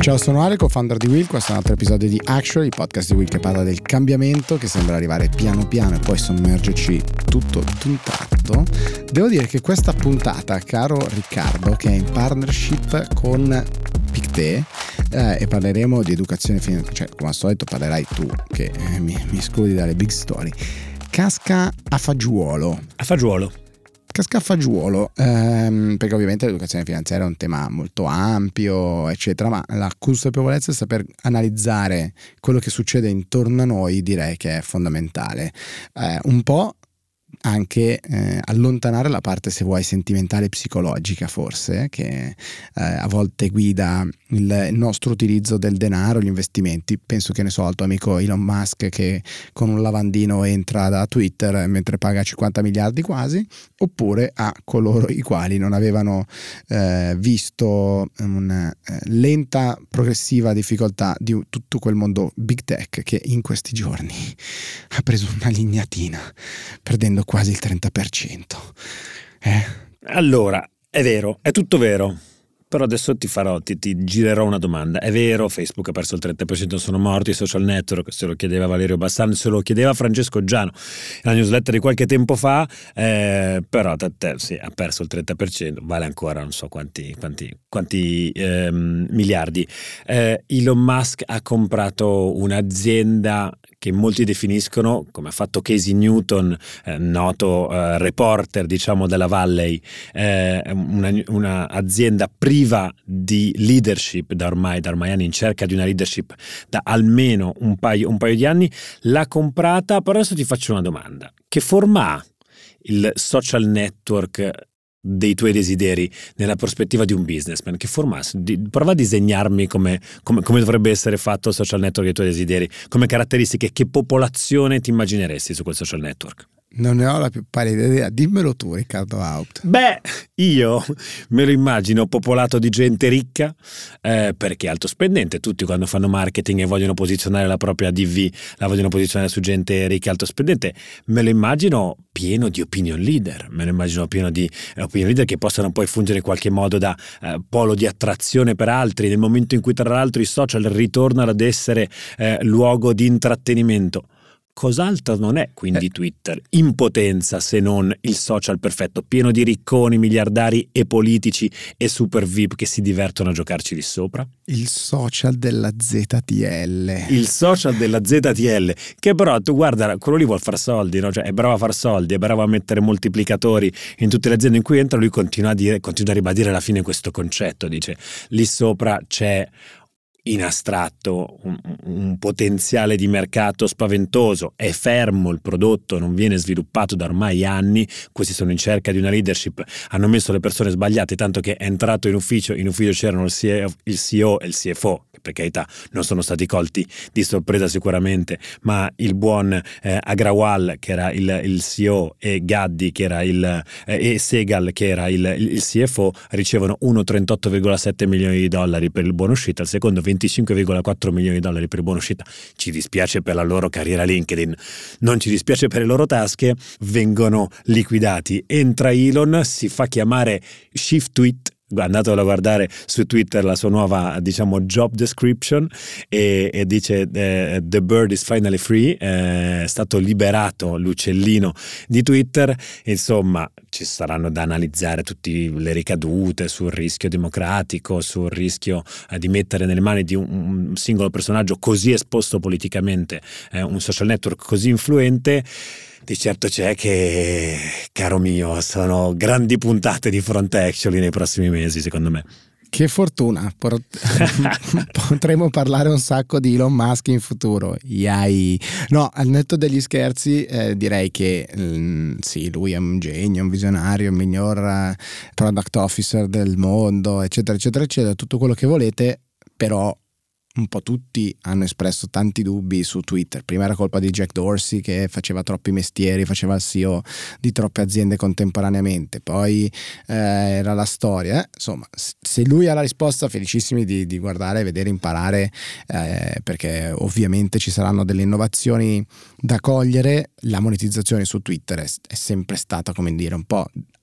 Ciao, sono Ale, co-founder di Will. Questo è un altro episodio di Actually, il podcast di Will che parla del cambiamento che sembra arrivare piano piano e poi sommergerci tutto d'un tratto. Devo dire che questa puntata, caro Riccardo, che è in partnership con Pictet, e parleremo di educazione finanziaria, cioè come al solito parlerai tu che mi escludi dalle big story, casca a fagiolo. Casca a fagiolo, perché ovviamente l'educazione finanziaria è un tema molto ampio, eccetera, ma la consapevolezza e saper analizzare quello che succede intorno a noi direi che è fondamentale. Un po' anche allontanare la parte, se vuoi, sentimentale e psicologica, forse, che a volte guida il nostro utilizzo del denaro, gli investimenti. Penso, che ne so, al tuo amico Elon Musk che con un lavandino entra da Twitter mentre paga 50 miliardi quasi, oppure a coloro i quali non avevano visto una lenta progressiva difficoltà di tutto quel mondo big tech che in questi giorni ha preso una lignatina perdendo quasi il 30%. Allora, è vero, è tutto vero. Però adesso ti girerò una domanda. È vero, Facebook ha perso il 30%, sono morti i social network, se lo chiedeva Valerio Bassan, se lo chiedeva Francesco Giano, la newsletter di qualche tempo fa, però sì, ha perso il 30%, vale ancora non so quanti miliardi. Elon Musk ha comprato un'azienda che molti definiscono, come ha fatto Casey Newton, noto reporter, diciamo, della Valley, una azienda priva di leadership da ormai anni, in cerca di una leadership da almeno un paio di anni. L'ha comprata. Però adesso ti faccio una domanda: che forma ha il social network dei tuoi desideri nella prospettiva di un businessman? Che forma? Prova a disegnarmi come dovrebbe essere fatto il social network dei tuoi desideri, come caratteristiche. Che popolazione ti immagineresti su quel social network? Non ne ho la più pallida idea, dimmelo tu, Riccardo Haupt. Beh, io me lo immagino popolato di gente ricca, perché è alto spendente. Tutti, quando fanno marketing e vogliono posizionare la propria DV, la vogliono posizionare su gente ricca e alto spendente. Me lo immagino pieno di opinion leader, che possano poi fungere in qualche modo da polo di attrazione per altri, nel momento in cui tra l'altro i social ritornano ad essere luogo di intrattenimento. Cos'altro non è quindi Twitter in potenza se non il social perfetto, pieno di ricconi, miliardari e politici e super VIP che si divertono a giocarci lì sopra? Il social della ZTL. Il social della ZTL, che però tu guarda, quello lì vuol far soldi, no? Cioè è bravo a far soldi, è bravo a mettere moltiplicatori in tutte le aziende in cui entra. Lui continua a ribadire alla fine questo concetto, dice: lì sopra c'è in astratto un potenziale di mercato spaventoso, è fermo il prodotto, non viene sviluppato da ormai anni, questi sono in cerca di una leadership, hanno messo le persone sbagliate, tanto che è entrato in ufficio c'erano il CEO e il CFO, che per carità non sono stati colti di sorpresa sicuramente, ma il buon Agrawal, che era il CEO, e Gaddi, che era e Segal, che era il CFO, ricevono uno $38,7 milioni per il buon uscita, il secondo $25,4 milioni per il buon uscita. Ci dispiace per la loro carriera LinkedIn, non ci dispiace per le loro tasche, vengono liquidati. Entra Elon, si fa chiamare ShiftTweet, andatelo a guardare su Twitter la sua nuova, diciamo, job description, e dice the bird is finally free, è stato liberato l'uccellino di Twitter. Insomma, ci saranno da analizzare tutte le ricadute sul rischio democratico, sul rischio di mettere nelle mani di un singolo personaggio così esposto politicamente un social network così influente. Di certo c'è che, caro mio, sono grandi puntate di fronte a Actually nei prossimi mesi, secondo me. Che fortuna, potremo parlare un sacco di Elon Musk in futuro. Yay. No, al netto degli scherzi, direi che sì, lui è un genio, un visionario, il miglior product officer del mondo, eccetera eccetera eccetera, tutto quello che volete, però un po' tutti hanno espresso tanti dubbi su Twitter. Prima era colpa di Jack Dorsey, che faceva troppi mestieri, faceva il CEO di troppe aziende contemporaneamente, poi era la storia, insomma, se lui ha la risposta, felicissimi di guardare, vedere, imparare, perché ovviamente ci saranno delle innovazioni da cogliere. La monetizzazione su Twitter è sempre stata, come dire, un po'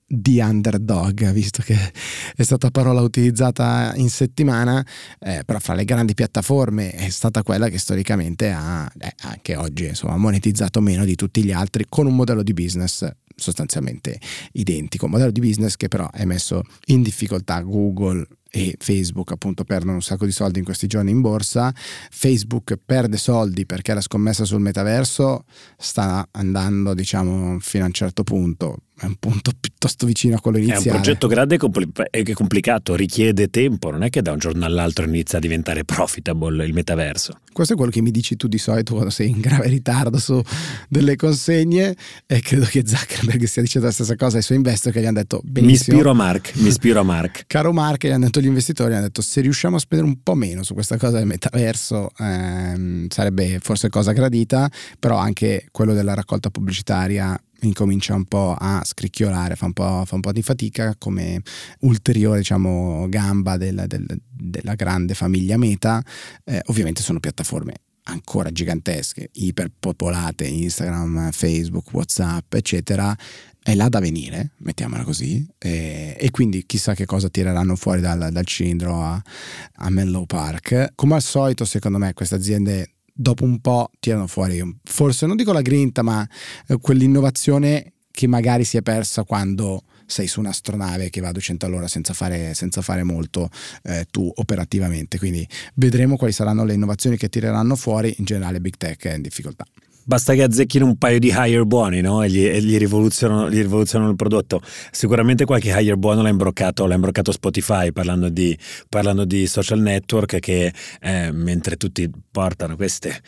the underdog, visto che è stata parola utilizzata in settimana, però fra le grandi piattaforme è stata quella che storicamente ha anche oggi insomma monetizzato meno di tutti gli altri, con un modello di business sostanzialmente identico, un modello di business che però è messo in difficoltà. Google e Facebook appunto perdono un sacco di soldi in questi giorni in borsa. Facebook perde soldi perché la scommessa sul metaverso sta andando, diciamo, fino a un certo punto, è un punto piuttosto vicino a quello iniziale. È un progetto grande e complicato, richiede tempo, non è che da un giorno all'altro inizia a diventare profitable il metaverso. Questo è quello che mi dici tu di solito quando sei in grave ritardo su delle consegne, e credo che Zuckerberg stia dicendo la stessa cosa ai suoi investor, che gli hanno detto benissimo. Mi ispiro a Mark. Caro Mark, gli hanno detto gli investitori, hanno detto se riusciamo a spendere un po' meno su questa cosa del metaverso sarebbe forse cosa gradita, però anche quello della raccolta pubblicitaria incomincia un po' a scricchiolare, fa un po' di fatica come ulteriore, diciamo, gamba della grande famiglia Meta. Ovviamente sono piattaforme ancora gigantesche, iperpopolate, Instagram, Facebook, WhatsApp, eccetera. È là da venire, mettiamola così, e quindi chissà che cosa tireranno fuori dal cilindro a Menlo Park. Come al solito, secondo me, queste aziende dopo un po' tirano fuori, forse non dico la grinta, ma quell'innovazione che magari si è persa quando sei su un'astronave che va a 200 all'ora senza fare molto tu operativamente. Quindi vedremo quali saranno le innovazioni che tireranno fuori. In generale Big Tech è in difficoltà. Basta che azzecchino un paio di hire buoni, no? E gli rivoluzionano il prodotto. Sicuramente qualche hire buono l'ha imbroccato Spotify, parlando di social network che mentre tutti portano queste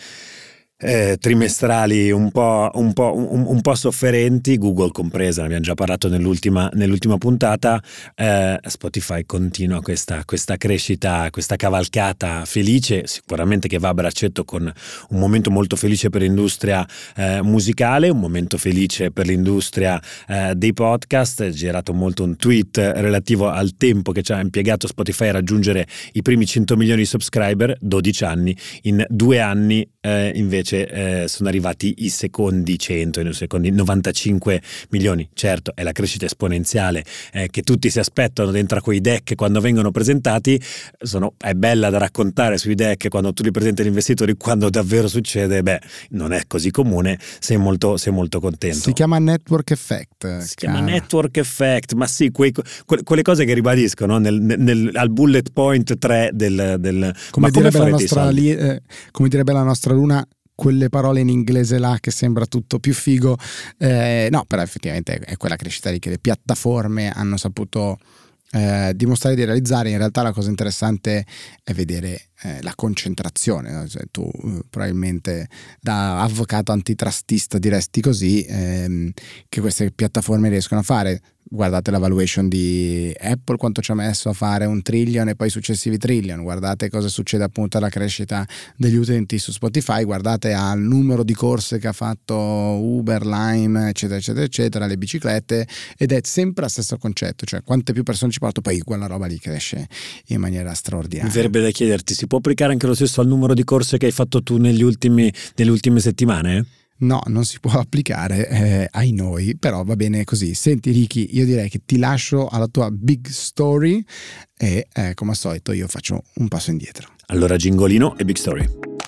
trimestrali un po' sofferenti, Google compresa, ne abbiamo già parlato nell'ultima puntata, Spotify continua questa crescita, questa cavalcata felice, sicuramente che va a braccetto con un momento molto felice per l'industria musicale, un momento felice per l'industria dei podcast. È girato molto un tweet relativo al tempo che ci ha impiegato Spotify a raggiungere i primi 100 milioni di subscriber, 12 anni, in 2 anni invece sono arrivati i secondi 100, i secondi 95 milioni. Certo, è la crescita esponenziale che tutti si aspettano dentro a quei deck quando vengono presentati. È bella da raccontare sui deck quando tu li presenti agli investitori, quando davvero succede, non è così comune, sei molto contento. Si chiama network effect. Chiama network effect, ma sì, quelle cose che ribadiscono al bullet point 3 del come direbbe la nostra Luna, quelle parole in inglese là che sembra tutto più figo, no, però effettivamente è quella crescita lì che le piattaforme hanno saputo dimostrare di realizzare. In realtà la cosa interessante è vedere la concentrazione, no? Cioè, tu probabilmente da avvocato antitrustista diresti così, che queste piattaforme riescono a fare. Guardate la valuation di Apple, quanto ci ha messo a fare 1 trillion e poi successivi trillion. Guardate cosa succede appunto alla crescita degli utenti su Spotify, guardate al numero di corse che ha fatto Uber, Lime, eccetera eccetera eccetera, le biciclette, ed è sempre lo stesso concetto, cioè quante più persone ci porto, poi quella roba lì cresce in maniera straordinaria. Mi verrebbe da chiederti, si può applicare anche lo stesso al numero di corse che hai fatto tu nelle ultime settimane? No, non si può applicare ai noi, però va bene così. Senti Ricky, io direi che ti lascio alla tua big story e come al solito io faccio un passo indietro. Allora gingolino e big story.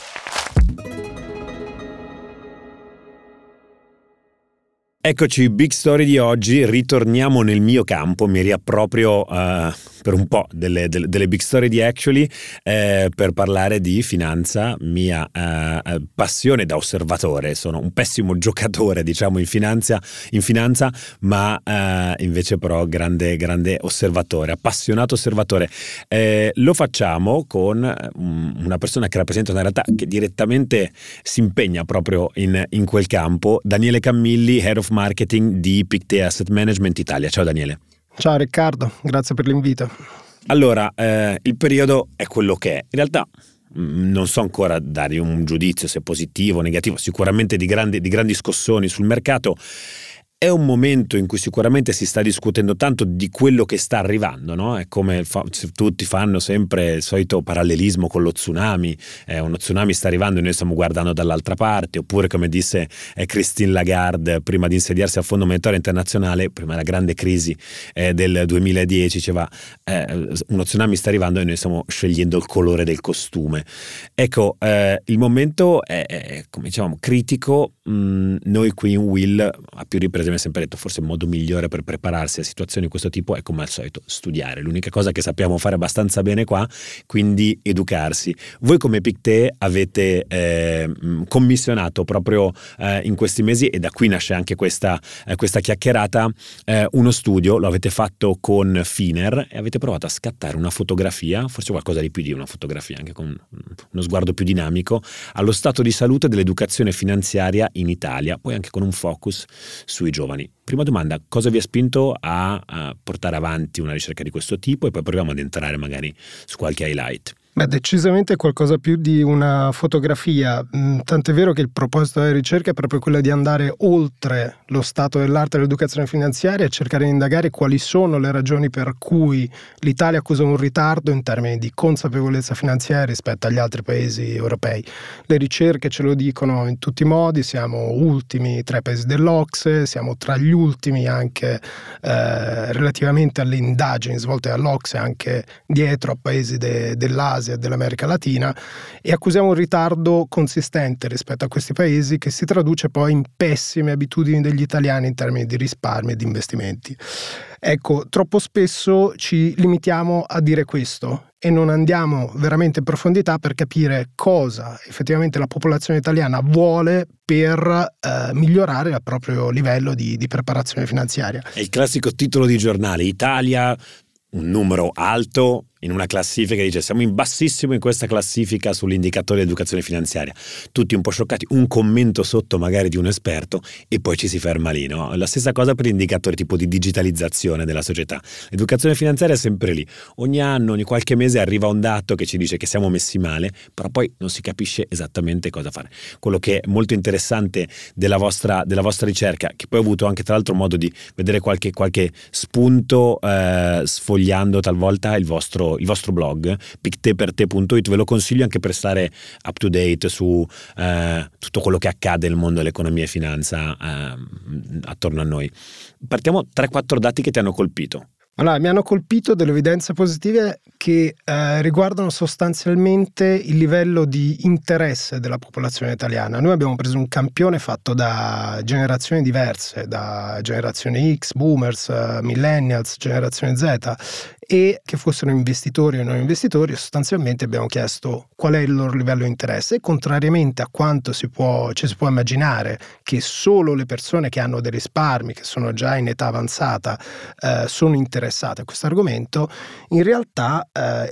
Eccoci, big story di oggi, ritorniamo nel mio campo, mi riapproprio per un po' delle big story di Actually, per parlare di finanza, mia passione da osservatore. Sono un pessimo giocatore, diciamo, in finanza, ma invece però grande osservatore, appassionato osservatore. Lo facciamo con una persona che rappresenta una realtà che direttamente si impegna proprio in quel campo, Daniele Cammilli, Head of Marketing di Pictet Asset Management Italia. Ciao Daniele. Ciao Riccardo, grazie per l'invito. Allora, il periodo è quello che è. In realtà non so ancora dare un giudizio se positivo o negativo, sicuramente di grandi scossoni sul mercato. È un momento in cui sicuramente si sta discutendo tanto di quello che sta arrivando, no? È come tutti fanno sempre il solito parallelismo con lo tsunami. Uno tsunami sta arrivando e noi stiamo guardando dall'altra parte, oppure come disse Christine Lagarde prima di insediarsi al Fondo Monetario Internazionale, prima della grande crisi del 2010, diceva uno tsunami sta arrivando e noi stiamo scegliendo il colore del costume. Ecco, il momento è come dicevamo critico. Noi qui in Will a più riprese mi ha sempre detto forse il modo migliore per prepararsi a situazioni di questo tipo è come al solito studiare, l'unica cosa che sappiamo fare abbastanza bene qua, quindi educarsi. Voi come Pictet avete commissionato proprio in questi mesi, e da qui nasce anche questa chiacchierata, uno studio, lo avete fatto con Finer e avete provato a scattare una fotografia, forse qualcosa di più di una fotografia, anche con uno sguardo più dinamico, allo stato di salute dell'educazione finanziaria in Italia, poi anche con un focus sui giovani. Prima domanda, cosa vi ha spinto a portare avanti una ricerca di questo tipo, e poi proviamo ad entrare magari su qualche highlight. Beh, decisamente qualcosa più di una fotografia, tant'è vero che il proposito della ricerca è proprio quello di andare oltre lo stato dell'arte dell'educazione finanziaria e cercare di indagare quali sono le ragioni per cui l'Italia accusa un ritardo in termini di consapevolezza finanziaria rispetto agli altri paesi europei. Le ricerche ce lo dicono in tutti i modi, siamo ultimi tra i paesi dell'OCSE, siamo tra gli ultimi anche relativamente alle indagini svolte dall'OCSE, anche dietro a paesi dell'Asia e dell'America Latina, e accusiamo un ritardo consistente rispetto a questi paesi che si traduce poi in pessime abitudini degli italiani in termini di risparmi e di investimenti. Ecco, troppo spesso ci limitiamo a dire questo e non andiamo veramente in profondità per capire cosa effettivamente la popolazione italiana vuole per migliorare il proprio livello di preparazione finanziaria. È il classico titolo di giornale: Italia, un numero alto in una classifica che dice siamo in bassissimo in questa classifica sull'indicatore di educazione finanziaria. Tutti un po' scioccati, un commento sotto magari di un esperto e poi ci si ferma lì, no? La stessa cosa per indicatori tipo di digitalizzazione della società. L'educazione finanziaria è sempre lì. Ogni anno, ogni qualche mese arriva un dato che ci dice che siamo messi male, però poi non si capisce esattamente cosa fare. Quello che è molto interessante della vostra ricerca, che poi ho avuto anche tra l'altro modo di vedere qualche spunto sfogliando talvolta il vostro blog pictetperte.it, ve lo consiglio anche per stare up to date su tutto quello che accade nel mondo dell'economia e finanza attorno a noi. Partiamo 3-4 dati che ti hanno colpito. Allora, mi hanno colpito delle evidenze positive che riguardano sostanzialmente il livello di interesse della popolazione italiana. Noi abbiamo preso un campione fatto da generazioni diverse, da generazione X, boomers, millennials, generazione Z, e che fossero investitori o non investitori. Sostanzialmente abbiamo chiesto qual è il loro livello di interesse, e contrariamente a quanto ci si può immaginare che solo le persone che hanno dei risparmi, che sono già in età avanzata, sono interessate a questo argomento, in realtà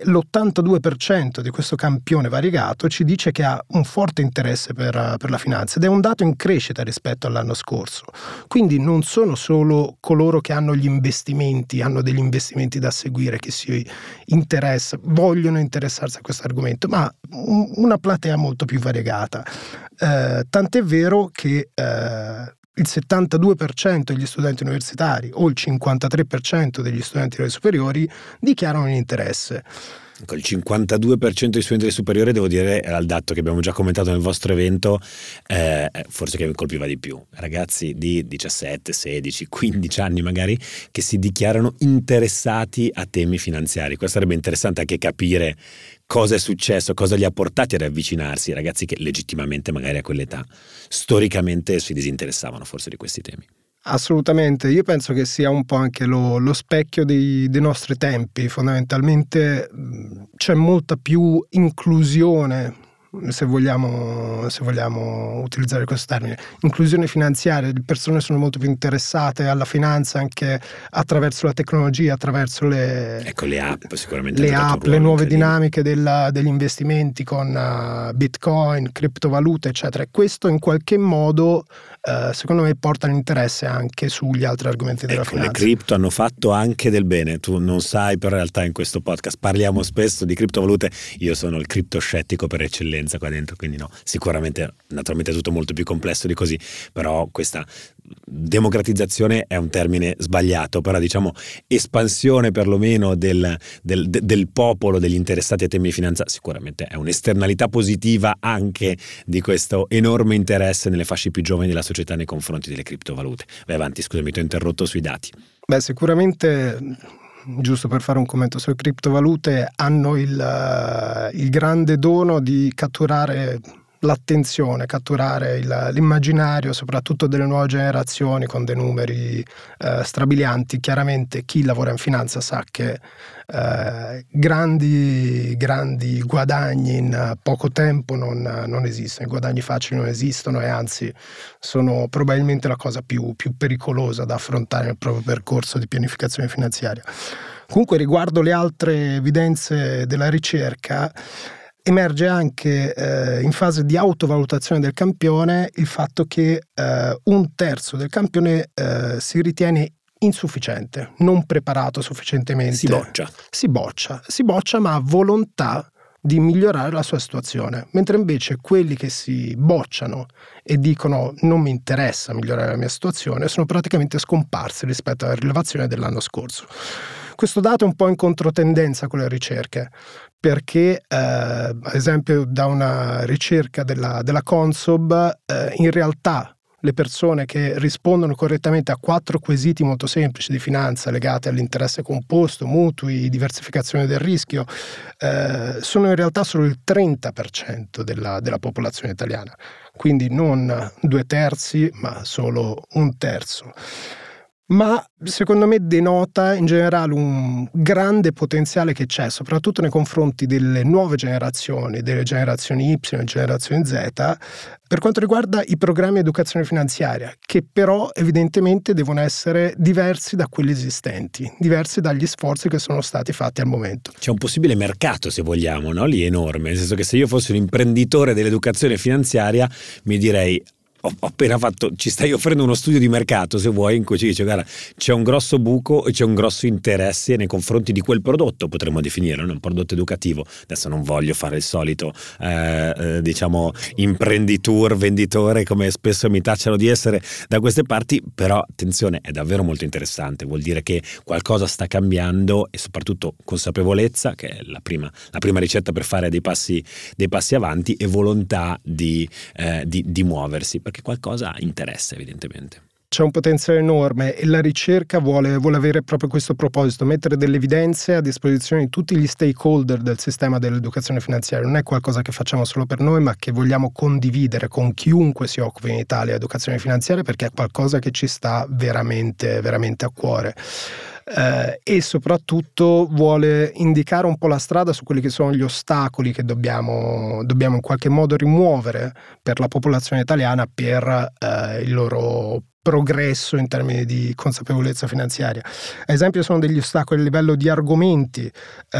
l'82% di questo campione variegato ci dice che ha un forte interesse per la finanza, ed è un dato in crescita rispetto all'anno scorso. Quindi non sono solo coloro che hanno gli investimenti, hanno degli investimenti da seguire, che si vogliono interessarsi a questo argomento, ma una platea molto più variegata. Tant'è vero che il 72% degli studenti universitari o il 53% degli studenti delle superiori dichiarano un interesse. Il 52% dei studenti superiori, devo dire, era il dato che abbiamo già commentato nel vostro evento, forse che mi colpiva di più. Ragazzi di 17, 16, 15 anni magari che si dichiarano interessati a temi finanziari. Questo sarebbe interessante anche capire cosa è successo, cosa li ha portati ad avvicinarsi, ragazzi che legittimamente magari a quell'età storicamente si disinteressavano forse di questi temi. Assolutamente, io penso che sia un po' anche lo specchio dei nostri tempi. Fondamentalmente c'è molta più inclusione, se vogliamo utilizzare questo termine, inclusione finanziaria. Le persone sono molto più interessate alla finanza anche attraverso la tecnologia, attraverso le app, sicuramente le nuove dinamiche degli investimenti con Bitcoin, criptovalute, eccetera. E questo in qualche modo secondo me porta l'interesse anche sugli altri argomenti della finanza. Le cripto hanno fatto anche del bene, tu non sai, però in realtà in questo podcast parliamo spesso di criptovalute. Io sono il criptoscettico per eccellenza, confidenza qua dentro, quindi no, sicuramente naturalmente è tutto molto più complesso di così, però questa democratizzazione è un termine sbagliato, però diciamo espansione perlomeno del popolo, degli interessati ai temi di finanza, sicuramente è un'esternalità positiva anche di questo enorme interesse nelle fasce più giovani della società nei confronti delle criptovalute. Vai avanti, scusami, ti ho interrotto sui dati. Beh, sicuramente, giusto per fare un commento sulle criptovalute, hanno il grande dono di catturare l'attenzione, catturare l'immaginario soprattutto delle nuove generazioni con dei numeri strabilianti. Chiaramente chi lavora in finanza sa che grandi guadagni in poco tempo non esistono, i guadagni facili non esistono, e anzi sono probabilmente la cosa più pericolosa da affrontare nel proprio percorso di pianificazione finanziaria. Comunque, riguardo le altre evidenze della ricerca, emerge anche in fase di autovalutazione del campione il fatto che un terzo del campione si ritiene insufficiente, non preparato sufficientemente. Si boccia, ma ha volontà di migliorare la sua situazione, mentre invece quelli che si bocciano e dicono non mi interessa migliorare la mia situazione sono praticamente scomparsi rispetto alla rilevazione dell'anno scorso. Questo dato è un po' in controtendenza con le ricerche, perché ad esempio da una ricerca della Consob in realtà le persone che rispondono correttamente a 4 quesiti molto semplici di finanza legati all'interesse composto, mutui, diversificazione del rischio, sono in realtà solo il 30% della popolazione italiana, quindi non 2/3 ma solo 1/3. Ma secondo me denota in generale un grande potenziale che c'è, soprattutto nei confronti delle nuove generazioni, delle generazioni Y e generazioni Z, per quanto riguarda i programmi di educazione finanziaria, che però evidentemente devono essere diversi da quelli esistenti, diversi dagli sforzi che sono stati fatti al momento. C'è un possibile mercato, se vogliamo, no? Lì enorme, nel senso che se io fossi un imprenditore dell'educazione finanziaria mi direi: ho appena fatto, ci stai offrendo uno studio di mercato, se vuoi, in cui ci dice guarda, c'è un grosso buco e c'è un grosso interesse nei confronti di quel prodotto, potremmo definirlo, un prodotto educativo. Adesso non voglio fare il solito diciamo imprenditore, venditore, come spesso mi tacciano di essere da queste parti, però attenzione, è davvero molto interessante, vuol dire che qualcosa sta cambiando, e soprattutto consapevolezza, che è la prima ricetta per fare dei passi avanti, e volontà di muoversi, perché qualcosa interessa evidentemente. C'è un potenziale enorme e la ricerca vuole avere proprio questo proposito, mettere delle evidenze a disposizione di tutti gli stakeholder del sistema dell'educazione finanziaria. Non è qualcosa che facciamo solo per noi, ma che vogliamo condividere con chiunque si occupi in Italia di educazione finanziaria, perché è qualcosa che ci sta veramente, veramente a cuore. E soprattutto vuole indicare un po' la strada su quelli che sono gli ostacoli che dobbiamo in qualche modo rimuovere per la popolazione italiana per il loro progresso in termini di consapevolezza finanziaria. Ad esempio sono degli ostacoli a livello di argomenti,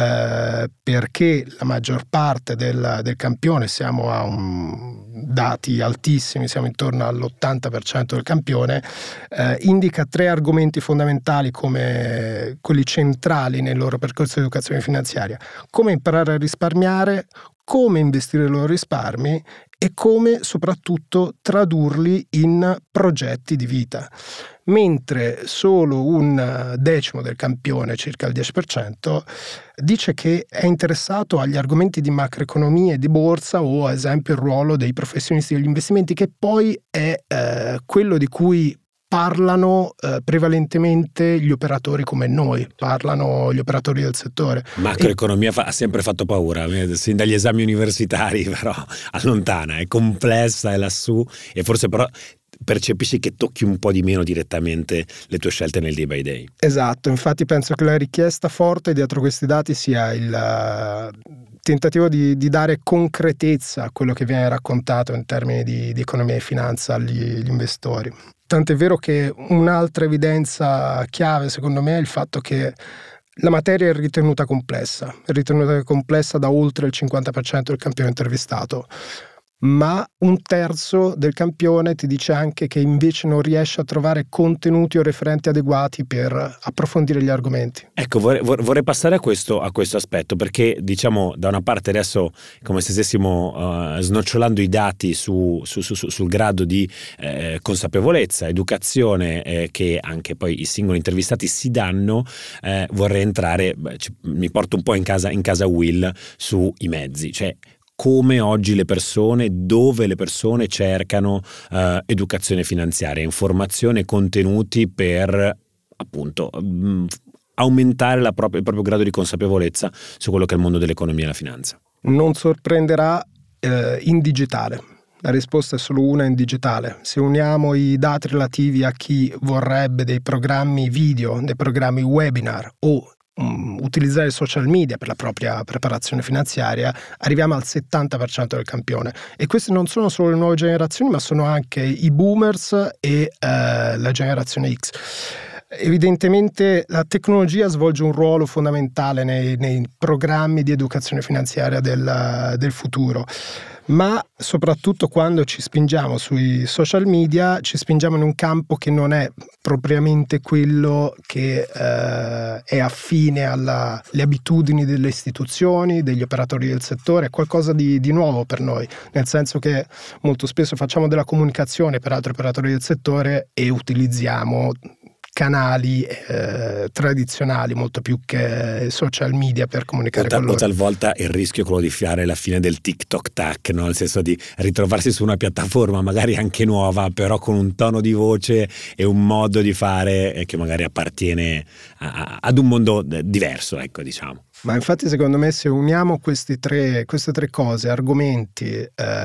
perché la maggior parte del campione, siamo a dati altissimi, siamo intorno all'80% del campione, indica 3 argomenti fondamentali come quelli centrali nel loro percorso di educazione finanziaria: come imparare a risparmiare, come investire i loro risparmi e come soprattutto tradurli in progetti di vita. Mentre solo 1/10 del campione, circa il 10%, dice che è interessato agli argomenti di macroeconomia e di borsa, o ad esempio il ruolo dei professionisti degli investimenti, che poi è quello di cui parlano prevalentemente gli operatori come noi, parlano gli operatori del settore. Macroeconomia ha sempre fatto paura, sin dagli esami universitari, però allontana, è complessa, è lassù, e forse però percepisci che tocchi un po' di meno direttamente le tue scelte nel day by day. Esatto, infatti penso che la richiesta forte dietro questi dati sia il tentativo di dare concretezza a quello che viene raccontato in termini di economia e finanza agli investitori. Tant'è vero che un'altra evidenza chiave secondo me è il fatto che la materia è ritenuta complessa da oltre il 50% del campione intervistato. ma un terzo del campione ti dice anche che invece non riesce a trovare contenuti o referenti adeguati per approfondire gli argomenti. Ecco, vorrei passare a questo aspetto, perché diciamo da una parte adesso come se stessimo snocciolando i dati sul grado di consapevolezza, educazione che anche poi i singoli intervistati si danno. Vorrei entrare, mi porto un po' in casa Will sui mezzi, cioè come oggi le persone, dove le persone cercano educazione finanziaria, informazione, contenuti per appunto aumentare il proprio grado di consapevolezza su quello che è il mondo dell'economia e la finanza. Non sorprenderà in digitale. La risposta è solo una: in digitale. Se uniamo i dati relativi a chi vorrebbe dei programmi video, dei programmi webinar o utilizzare i social media per la propria preparazione finanziaria, arriviamo al 70% del campione. E queste non sono solo le nuove generazioni, ma sono anche i boomers e la generazione X. Evidentemente la tecnologia svolge un ruolo fondamentale nei programmi di educazione finanziaria del futuro, ma soprattutto quando ci spingiamo sui social media ci spingiamo in un campo che non è propriamente quello che è affine alle abitudini delle istituzioni, degli operatori del settore. È qualcosa di nuovo per noi, nel senso che molto spesso facciamo della comunicazione per altri operatori del settore e utilizziamo canali tradizionali molto più che social media per comunicare con loro. Talvolta il rischio è quello di fare la fine del TikTok tac, no? Nel senso di ritrovarsi su una piattaforma magari anche nuova, però con un tono di voce e un modo di fare che magari appartiene ad un mondo diverso, ecco, diciamo. Ma infatti secondo me se uniamo queste tre cose, argomenti,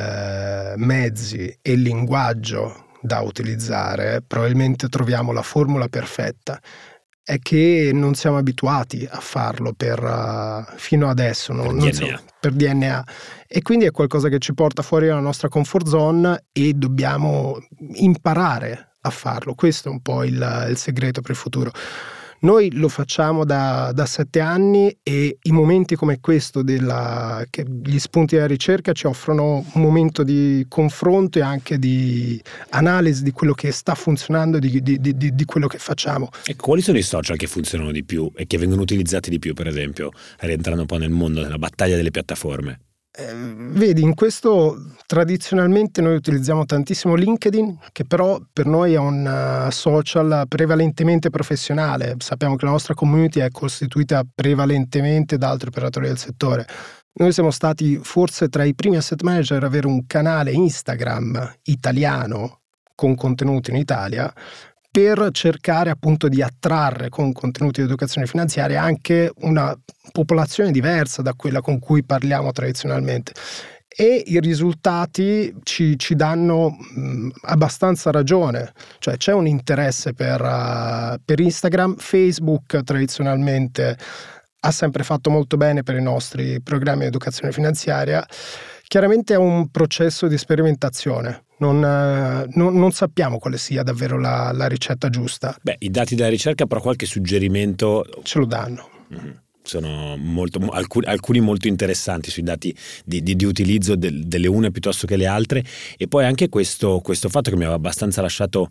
mezzi e linguaggio da utilizzare, probabilmente troviamo la formula perfetta. È che non siamo abituati a farlo fino adesso, per DNA, e quindi è qualcosa che ci porta fuori dalla nostra comfort zone e dobbiamo imparare a farlo. Questo è un po' il segreto per il futuro. Noi lo facciamo da 7 anni e i momenti come questo che gli spunti della ricerca ci offrono un momento di confronto e anche di analisi di quello che sta funzionando, di quello che facciamo. E quali sono i social che funzionano di più e che vengono utilizzati di più, per esempio, rientrando un po' nel mondo della battaglia delle piattaforme? Vedi, in questo tradizionalmente noi utilizziamo tantissimo LinkedIn, che però per noi è un social prevalentemente professionale. Sappiamo che la nostra community è costituita prevalentemente da altri operatori del settore. Noi siamo stati forse tra i primi asset manager ad avere un canale Instagram italiano con contenuti in Italia, per cercare appunto di attrarre con contenuti di educazione finanziaria anche una popolazione diversa da quella con cui parliamo tradizionalmente. E i risultati ci danno abbastanza ragione, cioè c'è un interesse per Instagram. Facebook tradizionalmente ha sempre fatto molto bene per i nostri programmi di educazione finanziaria. Chiaramente è un processo di sperimentazione. Non sappiamo quale sia davvero la ricetta giusta. Beh, i dati della ricerca però qualche suggerimento ce lo danno. Sono alcuni molto interessanti sui dati di utilizzo delle une piuttosto che le altre, e poi anche questo fatto che mi aveva abbastanza lasciato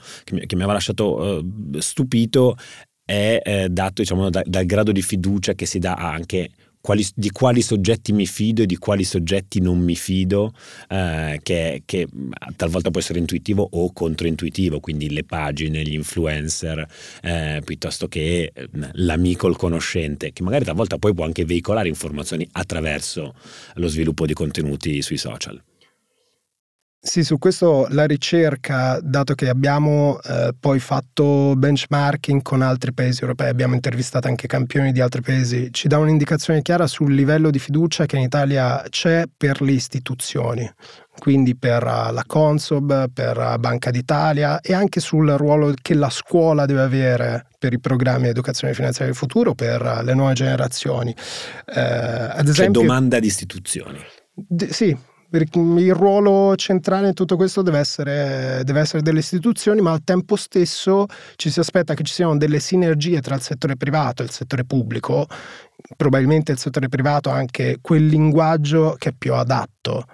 stupito è dato, diciamo, dal grado di fiducia che si dà anche di quali soggetti mi fido e di quali soggetti non mi fido, che talvolta può essere intuitivo o controintuitivo, quindi le pagine, gli influencer, piuttosto che l'amico, il conoscente, che magari talvolta poi può anche veicolare informazioni attraverso lo sviluppo di contenuti sui social. Sì, su questo la ricerca, dato che abbiamo poi fatto benchmarking con altri paesi europei, abbiamo intervistato anche campioni di altri paesi, ci dà un'indicazione chiara sul livello di fiducia che in Italia c'è per le istituzioni, quindi per la Consob, per Banca d'Italia, e anche sul ruolo che la scuola deve avere per i programmi di educazione finanziaria del futuro, per le nuove generazioni. Ad esempio, c'è domanda di istituzioni. Sì. Il ruolo centrale in tutto questo deve essere delle istituzioni, ma al tempo stesso ci si aspetta che ci siano delle sinergie tra il settore privato e il settore pubblico. Probabilmente il settore privato ha anche quel linguaggio che è più adatto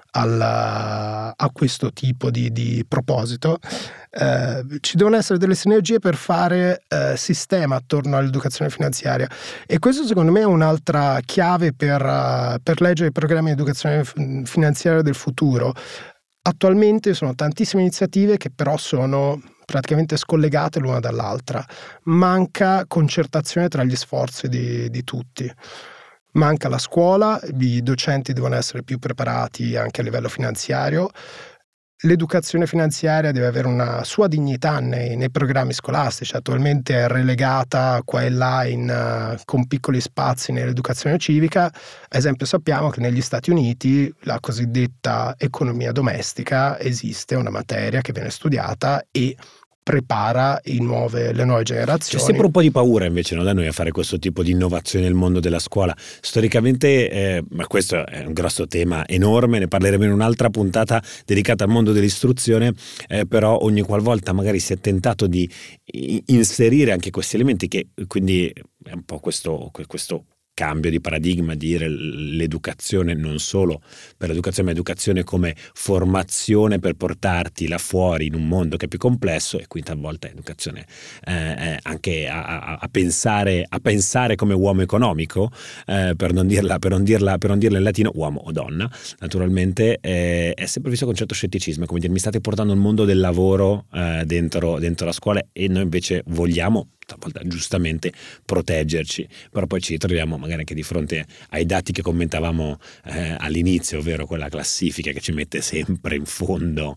a questo tipo di proposito. Ci devono essere delle sinergie per fare sistema attorno all'educazione finanziaria, e questo secondo me è un'altra chiave per leggere i programmi di educazione finanziaria del futuro. Attualmente sono tantissime iniziative che però sono praticamente scollegate l'una dall'altra. Manca concertazione tra gli sforzi di tutti. Manca la scuola, i docenti devono essere più preparati anche a livello finanziario. L'educazione finanziaria deve avere una sua dignità nei programmi scolastici. Attualmente è relegata qua e là con piccoli spazi nell'educazione civica. Ad esempio, sappiamo che negli Stati Uniti la cosiddetta economia domestica esiste, una materia che viene studiata e prepara le nuove generazioni. C'è sempre un po' di paura invece, no, da noi a fare questo tipo di innovazione nel mondo della scuola. Storicamente, ma questo è un grosso tema enorme, ne parleremo in un'altra puntata dedicata al mondo dell'istruzione, però ogni qualvolta magari si è tentato di inserire anche questi elementi, che quindi è un po' questo cambio di paradigma, dire l'educazione non solo per l'educazione, ma educazione come formazione per portarti là fuori in un mondo che è più complesso, e quindi talvolta educazione anche a pensare come uomo economico, per non dirla in latino, uomo o donna, naturalmente, è sempre visto con certo scetticismo, come dire, mi state portando il mondo del lavoro dentro la scuola, e noi invece vogliamo talvolta giustamente proteggerci, però poi ci ritroviamo magari anche di fronte ai dati che commentavamo all'inizio, ovvero quella classifica che ci mette sempre in fondo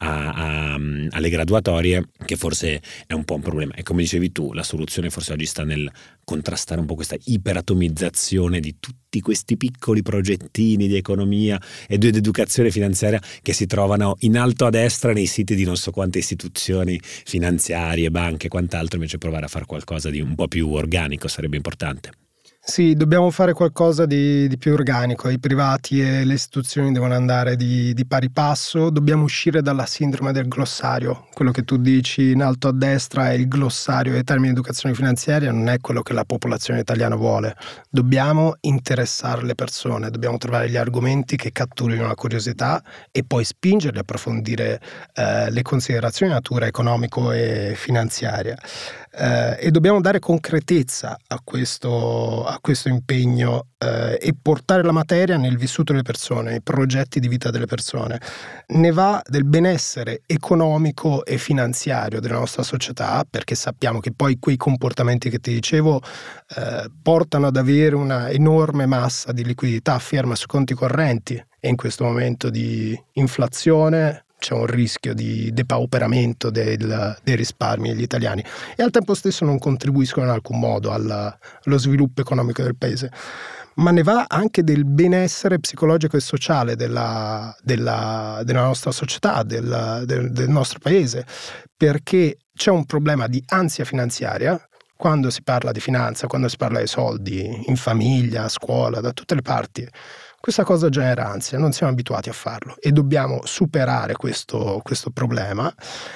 alle graduatorie, che forse è un po' un problema. E come dicevi tu, la soluzione forse oggi sta nel contrastare un po' questa iperatomizzazione di tutti questi piccoli progettini di economia e di educazione finanziaria che si trovano in alto a destra nei siti di non so quante istituzioni finanziarie, banche e quant'altro. Invece provare a fare qualcosa di un po' più organico sarebbe importante. Sì, dobbiamo fare qualcosa di più organico. I privati e le istituzioni devono andare di pari passo. Dobbiamo uscire dalla sindrome del glossario. Quello che tu dici in alto a destra è il glossario dei termini di educazione finanziaria, non è quello che la popolazione italiana vuole. Dobbiamo interessare le persone, dobbiamo trovare gli argomenti che catturino la curiosità e poi spingerli a approfondire le considerazioni di natura economico e finanziaria. E dobbiamo dare concretezza a questo impegno e portare la materia nel vissuto delle persone, nei progetti di vita delle persone. Ne va del benessere economico e finanziario della nostra società, perché sappiamo che poi quei comportamenti che ti dicevo portano ad avere una enorme massa di liquidità ferma sui conti correnti, e in questo momento di inflazione c'è un rischio di depauperamento dei risparmi degli italiani, e al tempo stesso non contribuiscono in alcun modo allo sviluppo economico del paese. Ma ne va anche del benessere psicologico e sociale della nostra società, del nostro paese, perché c'è un problema di ansia finanziaria. Quando si parla di finanza, quando si parla di soldi, in famiglia, a scuola, da tutte le parti, questa cosa genera ansia, non siamo abituati a farlo e dobbiamo superare questo problema.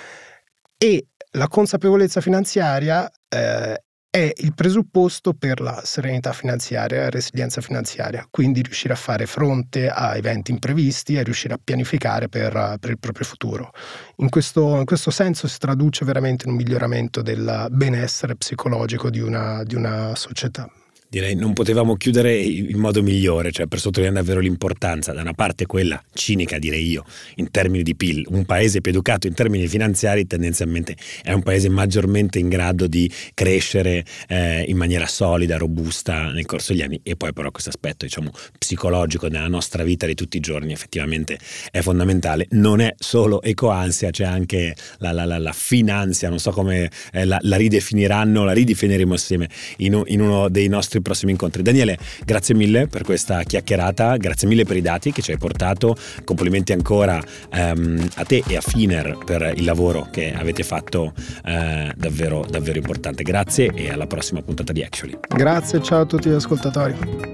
E la consapevolezza finanziaria è il presupposto per la serenità finanziaria, la resilienza finanziaria, quindi riuscire a fare fronte a eventi imprevisti e riuscire a pianificare per il proprio futuro. In questo senso si traduce veramente in un miglioramento del benessere psicologico di una società. Direi non potevamo chiudere in modo migliore, cioè per sottolineare davvero l'importanza, da una parte quella cinica, direi io, in termini di PIL. Un paese più educato in termini finanziari tendenzialmente è un paese maggiormente in grado di crescere in maniera solida, robusta nel corso degli anni, e poi però questo aspetto, diciamo, psicologico nella nostra vita di tutti i giorni effettivamente è fondamentale. Non è solo ecoansia, c'è anche la finanzia, non so come la ridefiniremo assieme in uno dei nostri prossimi incontri. Daniele, grazie mille per questa chiacchierata, grazie mille per i dati che ci hai portato, complimenti ancora a te e a Finer per il lavoro che avete fatto, davvero davvero importante. Grazie e alla prossima puntata di Actually. Grazie, ciao a tutti gli ascoltatori.